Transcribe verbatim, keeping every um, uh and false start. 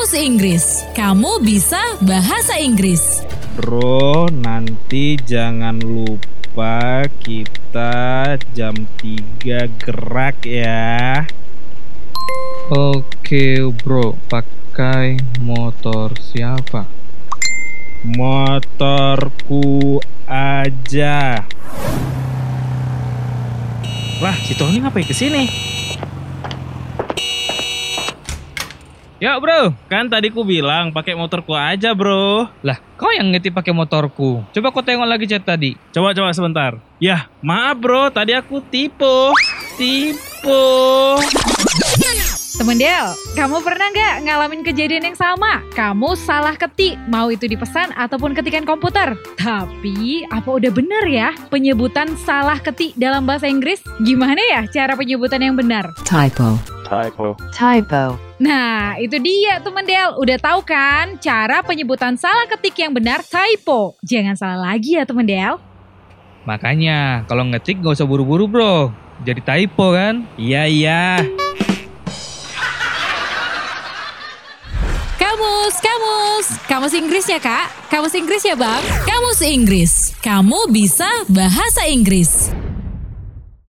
Kamus Inggris. Kamu bisa bahasa Inggris. Bro, nanti jangan lupa kita jam tiga gerak ya. Oke bro, pakai motor siapa? Motorku aja. Lah, si Tony ngapain kesini? Ya bro, kan tadi ku bilang pakai motorku aja bro. Lah, kau yang ngetik pakai motorku. Coba kau tengok lagi chat tadi. Coba coba sebentar. Ya, maaf bro, tadi aku tipu. Tipu. Temen Del, kamu pernah nggak ngalamin kejadian yang sama? Kamu salah ketik, mau itu di pesan ataupun ketikan komputer. Tapi, apa udah bener ya penyebutan salah ketik dalam bahasa Inggris? Gimana ya cara penyebutan yang benar? Typo. Typo. Typo. Nah, itu dia temen Del. Udah tahu kan cara penyebutan salah ketik yang benar? Typo. Jangan salah lagi ya temen Del. Makanya, kalau ngetik gak usah buru-buru bro. Jadi typo kan? Iya, iya. Kamus, kamus. Kamus Inggris ya kak? Kamus Inggris ya bang? Kamus Inggris. Kamu bisa bahasa Inggris.